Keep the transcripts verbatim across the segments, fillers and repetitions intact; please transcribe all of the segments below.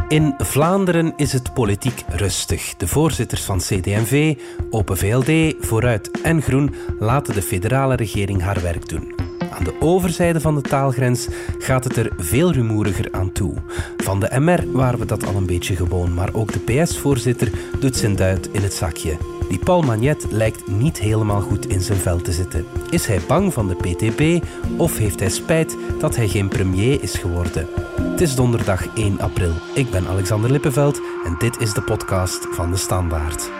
In Vlaanderen is het politiek rustig. De voorzitters van C D en V, Open V L D, Vooruit en Groen laten de federale regering haar werk doen. Aan de overzijde van de taalgrens gaat het er veel rumoeriger aan toe. Van de M R waren we dat al een beetje gewoon, maar ook de P S-voorzitter doet zijn duit in het zakje. Die Paul Magnet lijkt niet helemaal goed in zijn vel te zitten. Is hij bang van de P T B of heeft hij spijt dat hij geen premier is geworden? Het is donderdag één april. Ik ben Alexander Lippenveld en dit is de podcast van De Standaard.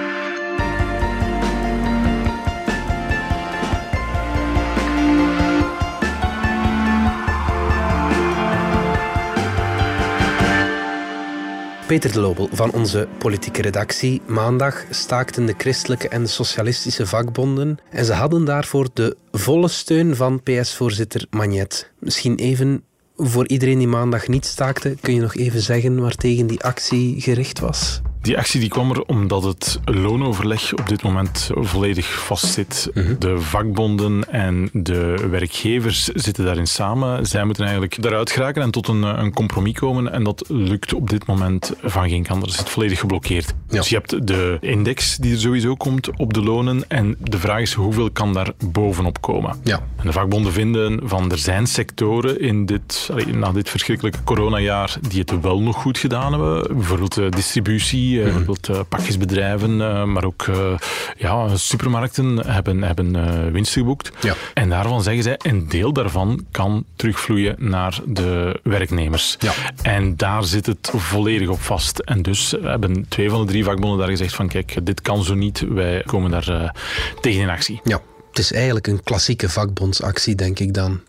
Peter de Lobel van onze politieke redactie. Maandag staakten de christelijke en de socialistische vakbonden en ze hadden daarvoor de volle steun van P S-voorzitter Magnet. Misschien even voor iedereen die maandag niet staakte, kun je nog even zeggen waartegen die actie gericht was? Die actie die kwam er omdat het loonoverleg op dit moment volledig vastzit. Mm-hmm. De vakbonden en de werkgevers zitten daarin samen. Zij moeten eigenlijk eruit geraken en tot een, een compromis komen. En dat lukt op dit moment van geen kant. Dat zit volledig geblokkeerd. Ja. Dus je hebt de index die er sowieso komt op de lonen. En de vraag is hoeveel kan daar bovenop komen. Ja. En de vakbonden vinden van er zijn sectoren in dit, na dit verschrikkelijke coronajaar die het wel nog goed gedaan hebben. Bijvoorbeeld de distributie. Bijvoorbeeld uh, pakjesbedrijven, uh, maar ook uh, ja, supermarkten hebben, hebben uh, winst geboekt. Ja. En daarvan zeggen zij, een deel daarvan kan terugvloeien naar de werknemers. Ja. En daar zit het volledig op vast. En dus hebben twee van de drie vakbonden daar gezegd van kijk, dit kan zo niet, wij komen daar uh, tegen in actie. Ja, het is eigenlijk een klassieke vakbondsactie, denk ik dan.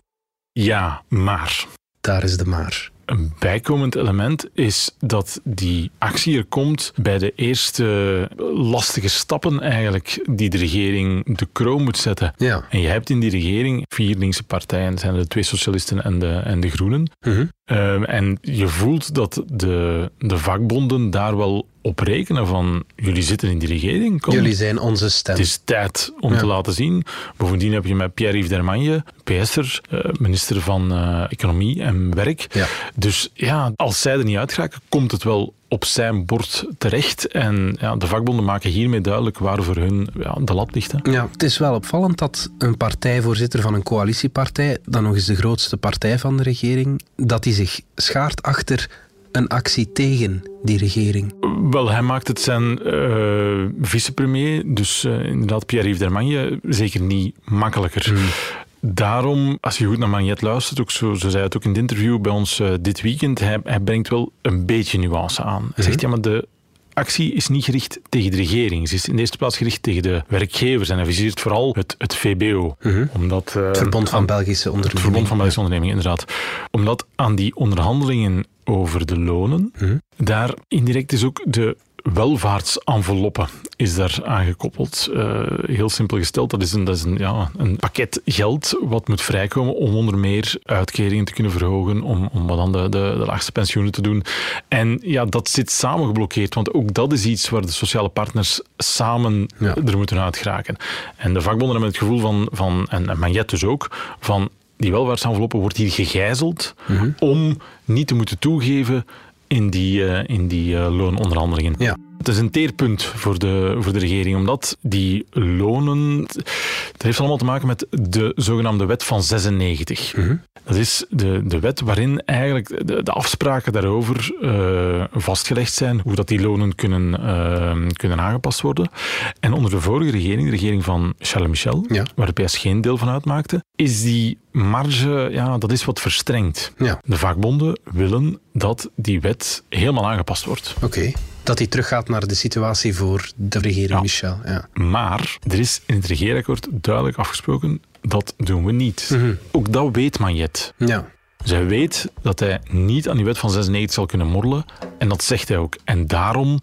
Ja, maar... Daar is de maar. Een bijkomend element is dat die actie er komt bij de eerste lastige stappen eigenlijk die de regering de kroon moet zetten. Ja. En je hebt in die regering vier linkse partijen, zijn de twee socialisten en de, en de groenen. Uh-huh. Um, en je voelt dat de, de vakbonden daar wel op rekenen van jullie zitten in die regering. Kom. Jullie zijn onze stem. Het is tijd om ja. te laten zien. Bovendien heb je met Pierre-Yves Dermagne, P S'er, uh, minister van uh, Economie en Werk. Ja. Dus ja, als zij er niet uitgeraken, komt het wel op zijn bord terecht. En ja, de vakbonden maken hiermee duidelijk waar voor hun ja, de lat ligt. Hè. Ja, het is wel opvallend dat een partijvoorzitter van een coalitiepartij, dan nog eens de grootste partij van de regering, dat die zich schaart achter een actie tegen die regering. Wel, hij maakt het zijn uh, vicepremier, dus uh, inderdaad Pierre-Yves Dermagne, zeker niet makkelijker. Hmm. Daarom, als je goed naar Magnet luistert, ook zo, zo zei het ook in het interview bij ons uh, dit weekend, hij, hij brengt wel een beetje nuance aan. Hij zegt, ja, maar de actie is niet gericht tegen de regering. Ze is in de eerste plaats gericht tegen de werkgevers. En hij viseert vooral het, het V B O. Uh-huh. Omdat, uh, het Verbond van Belgische Ondernemingen. Het Verbond van Belgische Ondernemingen, inderdaad. Omdat aan die onderhandelingen over de lonen, uh-huh. daar indirect is ook de welvaartsenveloppe is daar aangekoppeld. Uh, heel simpel gesteld, dat is, een, dat is een, ja, een pakket geld wat moet vrijkomen om onder meer uitkeringen te kunnen verhogen, om, om wat aan de, de, de laagste pensioenen te doen. En ja, dat zit samen geblokkeerd, want ook dat is iets waar de sociale partners samen ja. er moeten uitgeraken. En de vakbonden hebben het gevoel van, van en, en Magnet dus ook, van die welvaartsenveloppe wordt hier gegijzeld mm-hmm. om niet te moeten toegeven in die, uh, in die uh, loononderhandelingen. Ja. Het is een teerpunt voor de, voor de regering, omdat die lonen... Dat heeft allemaal te maken met de zogenaamde wet van zesennegentig. Uh-huh. Dat is de, de wet waarin eigenlijk de, de afspraken daarover uh, vastgelegd zijn, hoe dat die lonen kunnen, uh, kunnen aangepast worden. En onder de vorige regering, de regering van Charles Michel, ja. waar de P S geen deel van uitmaakte, is die marge, ja, dat is wat verstrengd. Ja. De vakbonden willen dat die wet helemaal aangepast wordt. Oké. Okay. Dat hij teruggaat naar de situatie voor de regering ja. Michel. Ja. Maar er is in het regeerakkoord duidelijk afgesproken, dat doen we niet. Mm-hmm. Ook dat weet Magnet. Ja. Zij weet dat hij niet aan die wet van zesennegentig zal kunnen morrelen. En dat zegt hij ook. En daarom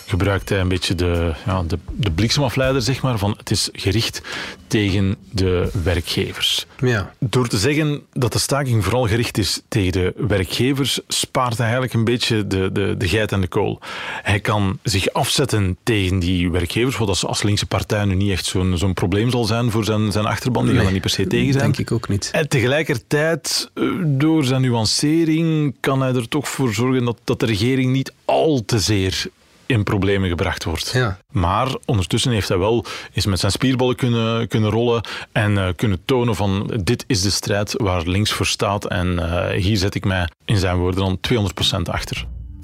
gebruikt hij een beetje de, ja, de, de bliksemafleider, zeg maar, van het is gericht tegen de werkgevers. Ja. Door te zeggen dat de staking vooral gericht is tegen de werkgevers, spaart hij eigenlijk een beetje de, de, de geit en de kool. Hij kan zich afzetten tegen die werkgevers, wat als, als linkse partij nu niet echt zo'n, zo'n probleem zal zijn voor zijn, zijn achterban. Die nee, gaan er niet per se tegen zijn. Denk ik ook niet. En tegelijkertijd, door zijn nuancering, kan hij er toch voor zorgen dat, dat de regering niet al te zeer in problemen gebracht wordt. Ja. Maar ondertussen heeft hij wel eens met zijn spierballen kunnen, kunnen rollen en uh, kunnen tonen van dit is de strijd waar links voor staat en uh, hier zet ik mij in zijn woorden dan tweehonderd procent achter.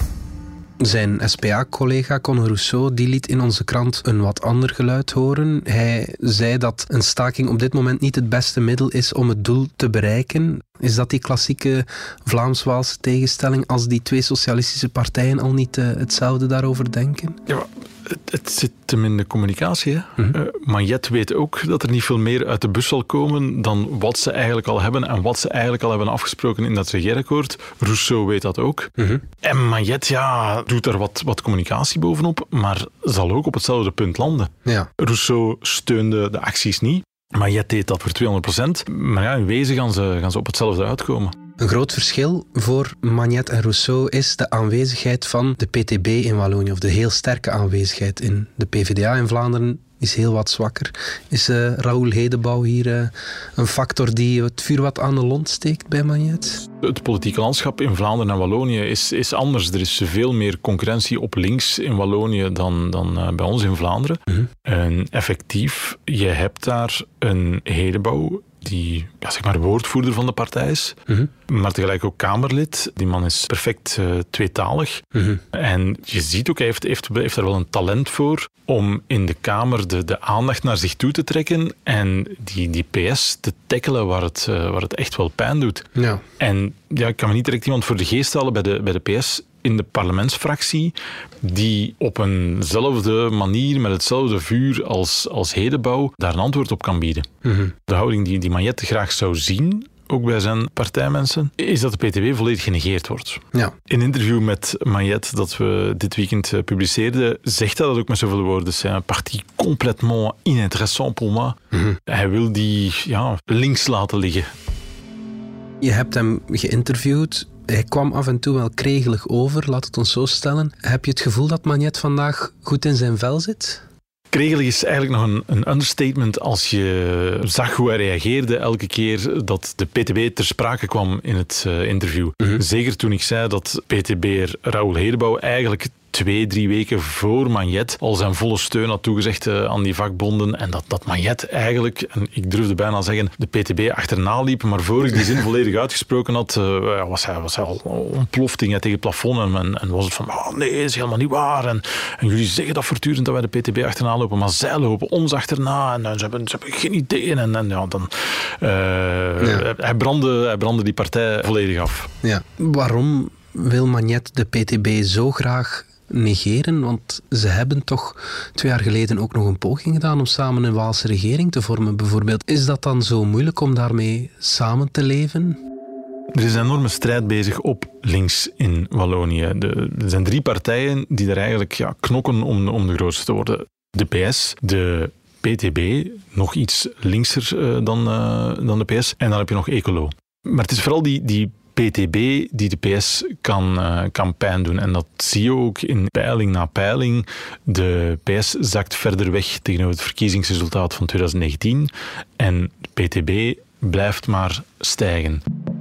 Zijn S P A-collega Conor Rousseau die liet in onze krant een wat ander geluid horen. Hij zei dat een staking op dit moment niet het beste middel is om het doel te bereiken. Is dat die klassieke Vlaams-Waalse tegenstelling als die twee socialistische partijen al niet uh, hetzelfde daarover denken? Ja, het, het zit hem in de communicatie. Hè? Mm-hmm. Uh, Magnet weet ook dat er niet veel meer uit de bus zal komen dan wat ze eigenlijk al hebben en wat ze eigenlijk al hebben afgesproken in dat regeerakkoord. Rousseau weet dat ook. Mm-hmm. En Magnet, ja, doet er wat, wat communicatie bovenop, maar zal ook op hetzelfde punt landen. Ja. Rousseau steunde de acties niet. Magnet deed dat voor tweehonderd procent. Maar ja, in wezen gaan ze, gaan ze op hetzelfde uitkomen. Een groot verschil voor Magnet en Rousseau is de aanwezigheid van de P T B in Wallonië, of de heel sterke aanwezigheid in de P V D A in Vlaanderen is heel wat zwakker. Is uh, Raoul Hedebouw hier uh, een factor die het vuur wat aan de lont steekt bij Magnet? Het politieke landschap in Vlaanderen en Wallonië is, is anders. Er is veel meer concurrentie op links in Wallonië dan, dan uh, bij ons in Vlaanderen. Mm-hmm. En effectief, je hebt daar een Hedebouw die ja, zeg maar woordvoerder van de partij is, mm-hmm. maar tegelijk ook Kamerlid. Die man is perfect uh, tweetalig. Mm-hmm. En je ziet ook, hij heeft, heeft, heeft er wel een talent voor om in de Kamer de, de aandacht naar zich toe te trekken en die, die P S te tackelen waar het, uh, waar het echt wel pijn doet. Ja. En ja, ik kan me niet direct iemand voor de geest halen bij de, bij de P S in de parlementsfractie die op eenzelfde manier, met hetzelfde vuur als, als Hedebouw, daar een antwoord op kan bieden. Mm-hmm. De houding die, die Magnet graag zou zien, ook bij zijn partijmensen, is dat de P T B volledig genegeerd wordt. Ja. In een interview met Magnet dat we dit weekend publiceerden, zegt hij dat ook met zoveel woorden. C'est un parti complètement inintéressant pour moi. Mm-hmm. Hij wil die ja, links laten liggen. Je hebt hem geïnterviewd. Hij kwam af en toe wel kregelig over, laat het ons zo stellen. Heb je het gevoel dat Magnet vandaag goed in zijn vel zit? Kregelig is eigenlijk nog een, een understatement als je zag hoe hij reageerde elke keer dat de P T B ter sprake kwam in het uh, interview. Mm-hmm. Zeker toen ik zei dat P T B'er Raoul Hedebouw eigenlijk twee, drie weken voor Magnet al zijn volle steun had toegezegd uh, aan die vakbonden en dat, dat Magnet eigenlijk, en ik durfde bijna zeggen, de P T B achterna liep, maar voor ik die zin volledig uitgesproken had, uh, was, hij, was hij al ontploft, ging hij tegen het plafond en, en was het van, oh, nee, dat is helemaal niet waar en, en jullie zeggen dat voortdurend dat wij de P T B achterna lopen, maar zij lopen ons achterna en, en ze, hebben, ze hebben geen idee en, en ja, dan uh, ja. hij, brandde, hij brandde die partij volledig af. Ja. Waarom wil Magnet de P T B zo graag negeren, want ze hebben toch twee jaar geleden ook nog een poging gedaan om samen een Waalse regering te vormen, bijvoorbeeld. Is dat dan zo moeilijk om daarmee samen te leven? Er is een enorme strijd bezig op links in Wallonië. De, er zijn drie partijen die er eigenlijk ja, knokken om, om de grootste te worden. De P S, de P T B, nog iets linkser uh, dan, uh, dan de P S, en dan heb je nog Ecolo. Maar het is vooral die, die P T B die de P S kan, uh, kan pijn doen. En dat zie je ook in peiling na peiling. De P S zakt verder weg tegenover het verkiezingsresultaat van twintig negentien. En de P T B blijft maar stijgen.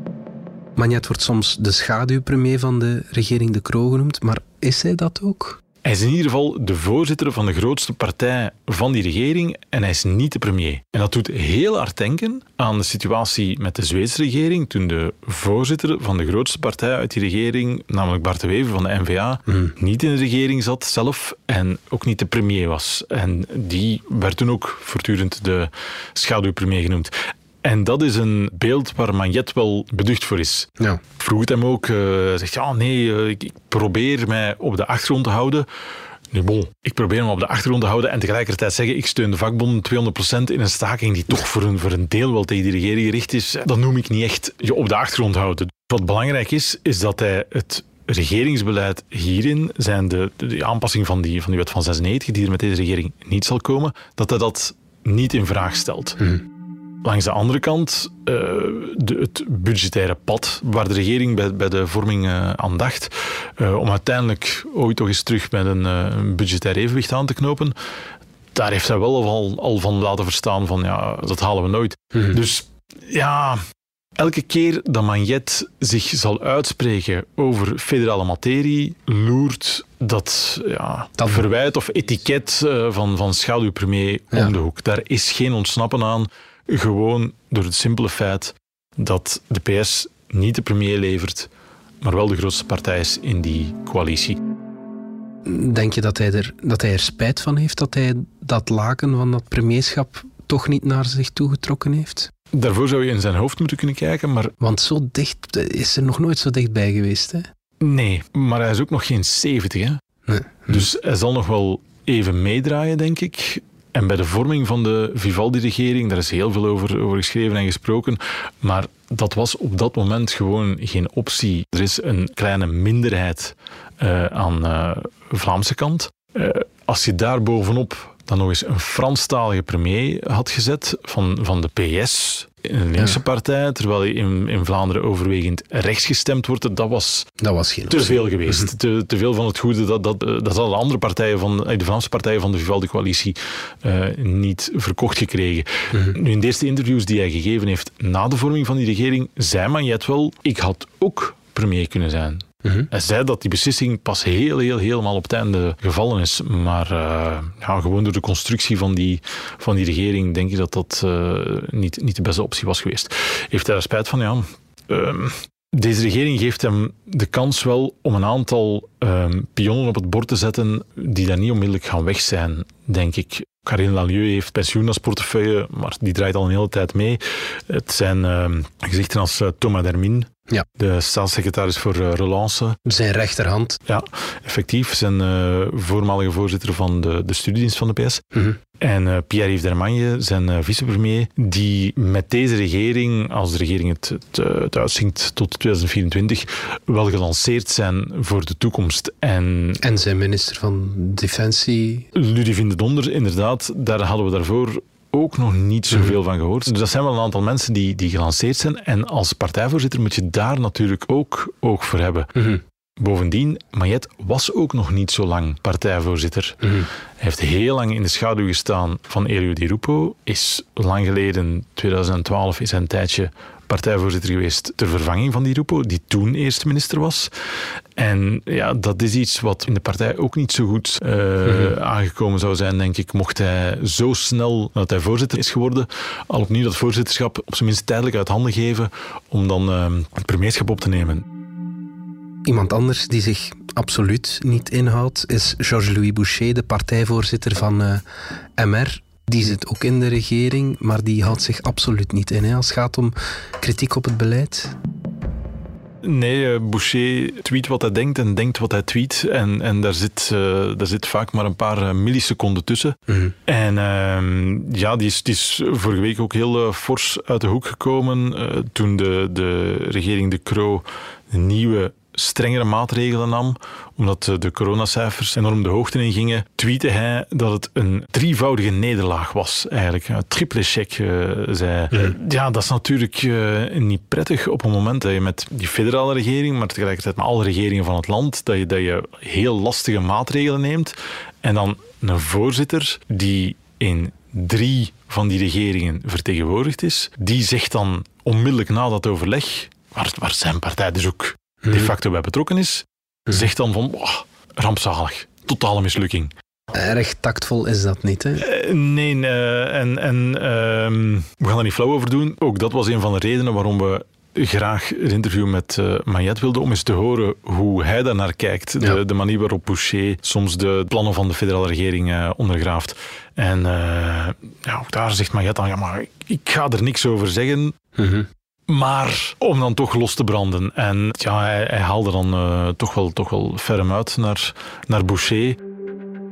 Magnet wordt soms de schaduwpremier van de regering De Croo genoemd, maar is hij dat ook? Hij is in ieder geval de voorzitter van de grootste partij van die regering en hij is niet de premier. En dat doet heel hard denken aan de situatie met de Zweedse regering, toen de voorzitter van de grootste partij uit die regering, namelijk Bart de Wever van de N V A, mm. niet in de regering zat zelf en ook niet de premier was. En die werd toen ook voortdurend de schaduwpremier genoemd. En dat is een beeld waar Magnet wel beducht voor is. Ja. Ik vroeg het hem ook, uh, zegt ja nee, uh, ik, ik probeer mij op de achtergrond te houden. Nu bon, ik probeer me op de achtergrond te houden en tegelijkertijd zeggen ik steun de vakbonden tweehonderd procent in een staking die toch voor een, voor een deel wel tegen die regering gericht is. Dat noem ik niet echt je op de achtergrond houden. Wat belangrijk is, is dat hij het regeringsbeleid hierin zijn de, de aanpassing van die, van die wet van zesennegentig, die er met deze regering niet zal komen, dat hij dat niet in vraag stelt. Mm. Langs de andere kant, uh, de, het budgettaire pad waar de regering bij, bij de vorming uh, aan dacht, uh, om uiteindelijk ooit toch eens terug met een, uh, een budgettair evenwicht aan te knopen, daar heeft hij wel al, al van laten verstaan van ja, dat halen we nooit. Mm. Dus ja, elke keer dat Magnet zich zal uitspreken over federale materie, loert dat, ja, dat verwijt of etiket uh, van, van schaduwpremier ja. om de hoek. Daar is geen ontsnappen aan. Gewoon door het simpele feit dat de P S niet de premier levert, maar wel de grootste partij is in die coalitie. Denk je dat hij er, dat hij er spijt van heeft dat hij dat laken van dat premierschap toch niet naar zich toe getrokken heeft? Daarvoor zou je in zijn hoofd moeten kunnen kijken, maar... Want zo dicht is er nog nooit zo dichtbij geweest, hè? Nee, maar hij is ook nog geen zeventig, hè? Nee. Dus hij zal nog wel even meedraaien, denk ik. En bij de vorming van de Vivaldi-regering, daar is heel veel over, over geschreven en gesproken, maar dat was op dat moment gewoon geen optie. Er is een kleine minderheid uh, aan de uh, Vlaamse kant. Uh, als je daar bovenop dan nog eens een Franstalige premier had gezet van, van de P S, een linkse ja. partij, terwijl in, in Vlaanderen overwegend rechts gestemd wordt, dat was, dat was geen te veel geweest. Mm-hmm. te, te veel van het goede, dat, dat, dat hadden de andere partijen van de Vlaamse partijen van de Vivaldi-coalitie uh, niet verkocht gekregen. Mm-hmm. Nu, in de eerste interviews die hij gegeven heeft na de vorming van die regering, zei Magnet wel, ik had ook premier kunnen zijn. Mm-hmm. Hij zei dat die beslissing pas heel, heel, helemaal op het einde gevallen is. Maar uh, ja, gewoon door de constructie van die, van die regering denk ik dat dat uh, niet, niet de beste optie was geweest. Heeft hij er spijt van? Ja. Uh, deze regering geeft hem de kans wel om een aantal uh, pionnen op het bord te zetten die daar niet onmiddellijk gaan weg zijn, denk ik. Karine Lallieu heeft pensioen als portefeuille, maar die draait al een hele tijd mee. Het zijn uh, gezichten als uh, Thomas Dermin, ja. de staatssecretaris voor uh, Relance. Zijn rechterhand. Ja, effectief. Zijn uh, voormalige voorzitter van de, de studiedienst van de P S. Mm-hmm. En uh, Pierre-Yves Dermagne, zijn uh, vicepremier, die met deze regering, als de regering het, het, het uitzinkt tot tweeduizend vierentwintig, wel gelanceerd zijn voor de toekomst. En, en zijn minister van Defensie? Ludivine de Donder, inderdaad. Daar hadden we daarvoor ook nog niet zoveel mm-hmm. van gehoord. Dus dat zijn wel een aantal mensen die, die gelanceerd zijn. En als partijvoorzitter moet je daar natuurlijk ook oog voor hebben. Mm-hmm. Bovendien, Magnet was ook nog niet zo lang partijvoorzitter. Mm-hmm. Hij heeft heel lang in de schaduw gestaan van Elio Di Rupo. Is lang geleden, tweeduizend twaalf, is hij een tijdje partijvoorzitter geweest ter vervanging van Di Rupo, die toen eerste minister was. En ja, dat is iets wat in de partij ook niet zo goed uh, mm-hmm. aangekomen zou zijn, denk ik, mocht hij zo snel dat hij voorzitter is geworden, al opnieuw dat voorzitterschap op zijn minst tijdelijk uit handen geven om dan uh, het premierschap op te nemen. Iemand anders die zich absoluut niet inhoudt is Georges-Louis Boucher, de partijvoorzitter van uh, M R. Die zit ook in de regering, maar die houdt zich absoluut niet in, hè, als het gaat om kritiek op het beleid. Nee, Boucher tweet wat hij denkt en denkt wat hij tweet. En, en daar, zit, uh, daar zit vaak maar een paar uh, milliseconden tussen. Mm-hmm. En uh, ja, die is, die is vorige week ook heel uh, fors uit de hoek gekomen. Uh, toen de, de regering De Croo nieuwe strengere maatregelen nam, omdat de coronacijfers enorm de hoogte in gingen, tweette hij dat het een drievoudige nederlaag was, eigenlijk. Een triple check, uh, zei hij. Mm. Ja, dat is natuurlijk uh, niet prettig op het moment dat je met die federale regering, maar tegelijkertijd met alle regeringen van het land, dat je, dat je heel lastige maatregelen neemt en dan een voorzitter die in drie van die regeringen vertegenwoordigd is, die zegt dan onmiddellijk na dat overleg, waar, waar zijn partij dus ook de facto bij betrokken is, zegt dan van oh, rampzalig, totale mislukking. Erg tactvol is dat niet, hè? Uh, nee, uh, en, en uh, we gaan er niet flauw over doen. Ook dat was een van de redenen waarom we graag het interview met uh, Magnet wilden, om eens te horen hoe hij daar naar kijkt. De, ja. de manier waarop Boucher soms de plannen van de federale regering uh, ondergraaft. En uh, ja, ook daar zegt Magnet dan, ja, maar ik ga er niks over zeggen. Mm-hmm. Maar om dan toch los te branden. En ja, hij, hij haalde dan uh, toch wel, toch wel ferm uit naar, naar Boucher.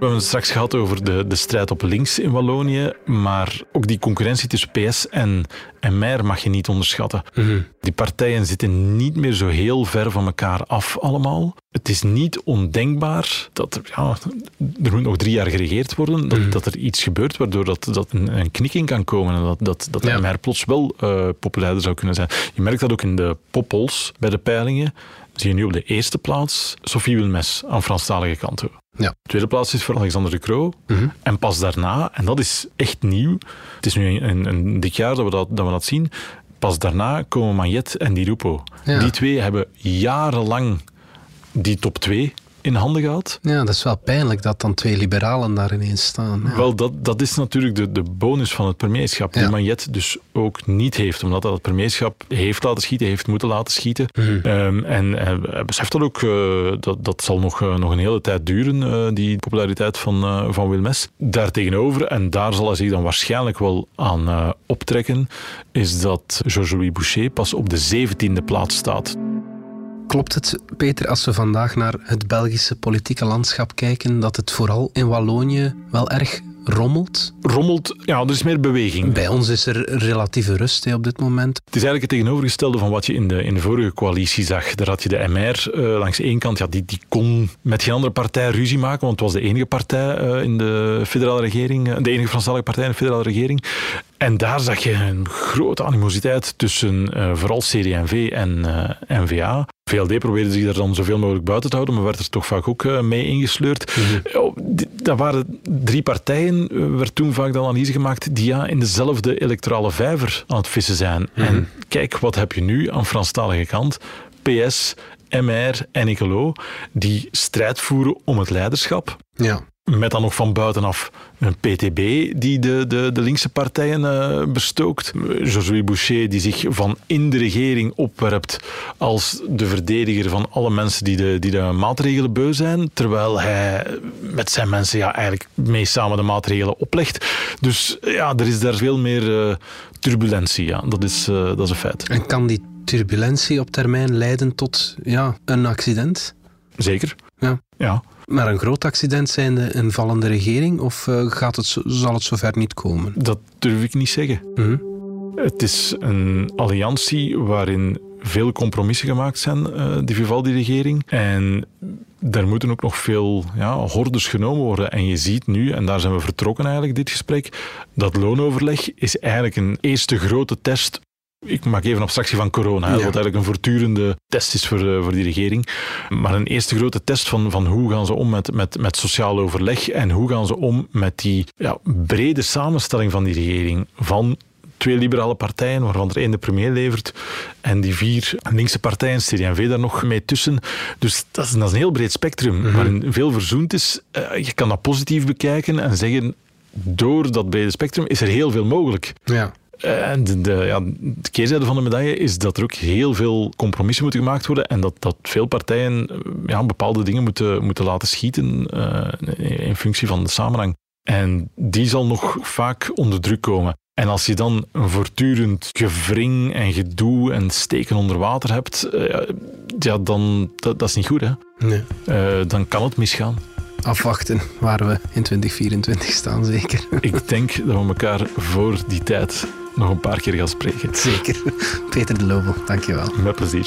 We hebben het straks gehad over de, de strijd op links in Wallonië, maar ook die concurrentie tussen P S en M R mag je niet onderschatten. Mm-hmm. Die partijen zitten niet meer zo heel ver van elkaar af allemaal. Het is niet ondenkbaar dat er, ja, er moet nog drie jaar geregeerd worden, dat, mm. dat er iets gebeurt waardoor dat, dat een, een knikking kan komen en dat, dat, dat ja. M R plots wel uh, populairder zou kunnen zijn. Je merkt dat ook in de poppolls bij de peilingen. Zie je nu op de eerste plaats Sophie Wilmès aan Franstalige kant. Ja. De tweede plaats is voor Alexander De Croo. Mm-hmm. En pas daarna, en dat is echt nieuw, het is nu een, een dik jaar dat we dat, dat we dat zien, pas daarna komen Magnet en Di Rupo. Ja. Die twee hebben jarenlang die top twee in handen gehad. Ja, dat is wel pijnlijk dat dan twee liberalen daar ineens staan. Ja. Wel, dat, dat is natuurlijk de, de bonus van het premierschap, die ja. Magnet dus ook niet heeft, omdat hij het premierschap heeft laten schieten, heeft moeten laten schieten. Mm-hmm. Um, en uh, hij beseft dat ook, uh, dat, dat zal nog, uh, nog een hele tijd duren, uh, die populariteit van, uh, van Wilmès. Daartegenover, en daar zal hij zich dan waarschijnlijk wel aan uh, optrekken, is dat Georges-Louis Boucher pas op de zeventiende plaats staat. Klopt het, Peter, als we vandaag naar het Belgische politieke landschap kijken, dat het vooral in Wallonië wel erg rommelt? Rommelt, ja, er is meer beweging. Bij ons is er relatieve rust hè, op dit moment. Het is eigenlijk het tegenovergestelde van wat je in de, in de vorige coalitie zag. Daar had je de M R uh, langs één kant, ja, die, die kon met geen andere partij ruzie maken, want het was de enige partij uh, in de federale regering, uh, de enige Franstalige partij in de federale regering. En daar zag je een grote animositeit tussen uh, vooral C D en V en uh, N V A. V L D probeerde zich daar dan zoveel mogelijk buiten te houden, maar werd er toch vaak ook uh, mee ingesleurd. Mm-hmm. Oh, die, dat waren drie partijen, uh, werd toen vaak de analyse gemaakt, die ja, in dezelfde electorale vijver aan het vissen zijn. Mm-hmm. En kijk, wat heb je nu aan Franstalige kant? P S, M R en N K L O, die strijd voeren om het leiderschap. Ja. Met dan nog van buitenaf een P T B die de, de, de linkse partijen uh, bestookt. Georges-Louis Boucher die zich van in de regering opwerpt als de verdediger van alle mensen die de, die de maatregelen beu zijn. Terwijl hij met zijn mensen ja, eigenlijk mee samen de maatregelen oplegt. Dus ja, er is daar veel meer uh, turbulentie. Ja. Dat, is, uh, dat is een feit. En kan die turbulentie op termijn leiden tot ja, een accident? Zeker. Ja. Ja. Maar een groot accident zijnde een vallende regering of uh, gaat het, zal het zover niet komen? Dat durf ik niet zeggen. Mm-hmm. Het is een alliantie waarin veel compromissen gemaakt zijn, uh, die Vivaldi-regering. En daar moeten ook nog veel ja, hordes genomen worden. En je ziet nu, en daar zijn we vertrokken eigenlijk, dit gesprek, dat loonoverleg is eigenlijk een eerste grote test. Ik maak even abstractie van corona, ja. Wat eigenlijk een voortdurende test is voor, uh, voor die regering. Maar een eerste grote test van, van hoe gaan ze om met, met, met sociaal overleg en hoe gaan ze om met die ja, brede samenstelling van die regering. Van twee liberale partijen, waarvan er één de premier levert, en die vier linkse partijen, C D en V daar nog mee tussen. Dus dat is, dat is een heel breed spectrum, mm-hmm. waarin veel verzoend is. Uh, je kan dat positief bekijken en zeggen, door dat brede spectrum is er heel veel mogelijk. Ja. En de, de, ja, de keerzijde van de medaille is dat er ook heel veel compromissen moeten gemaakt worden en dat, dat veel partijen ja, bepaalde dingen moeten, moeten laten schieten uh, in functie van de samenhang. En die zal nog vaak onder druk komen. En als je dan een voortdurend gewring en gedoe en steken onder water hebt, uh, ja, dan dat, dat is niet goed, hè? Nee. Uh, dan kan het misgaan. Afwachten waar we in twintig vierentwintig staan, zeker. Ik denk dat we elkaar voor die tijd nog een paar keer gaan spreken. Zeker. Peter de Lobel, dankjewel. Met plezier.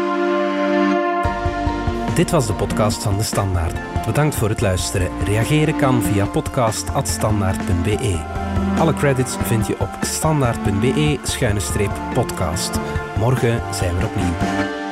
Dit was de podcast van De Standaard. Bedankt voor het luisteren. Reageren kan via podcast at standaard punt b e. Alle credits vind je op standaard punt b e schuine streep podcast. Morgen zijn we opnieuw.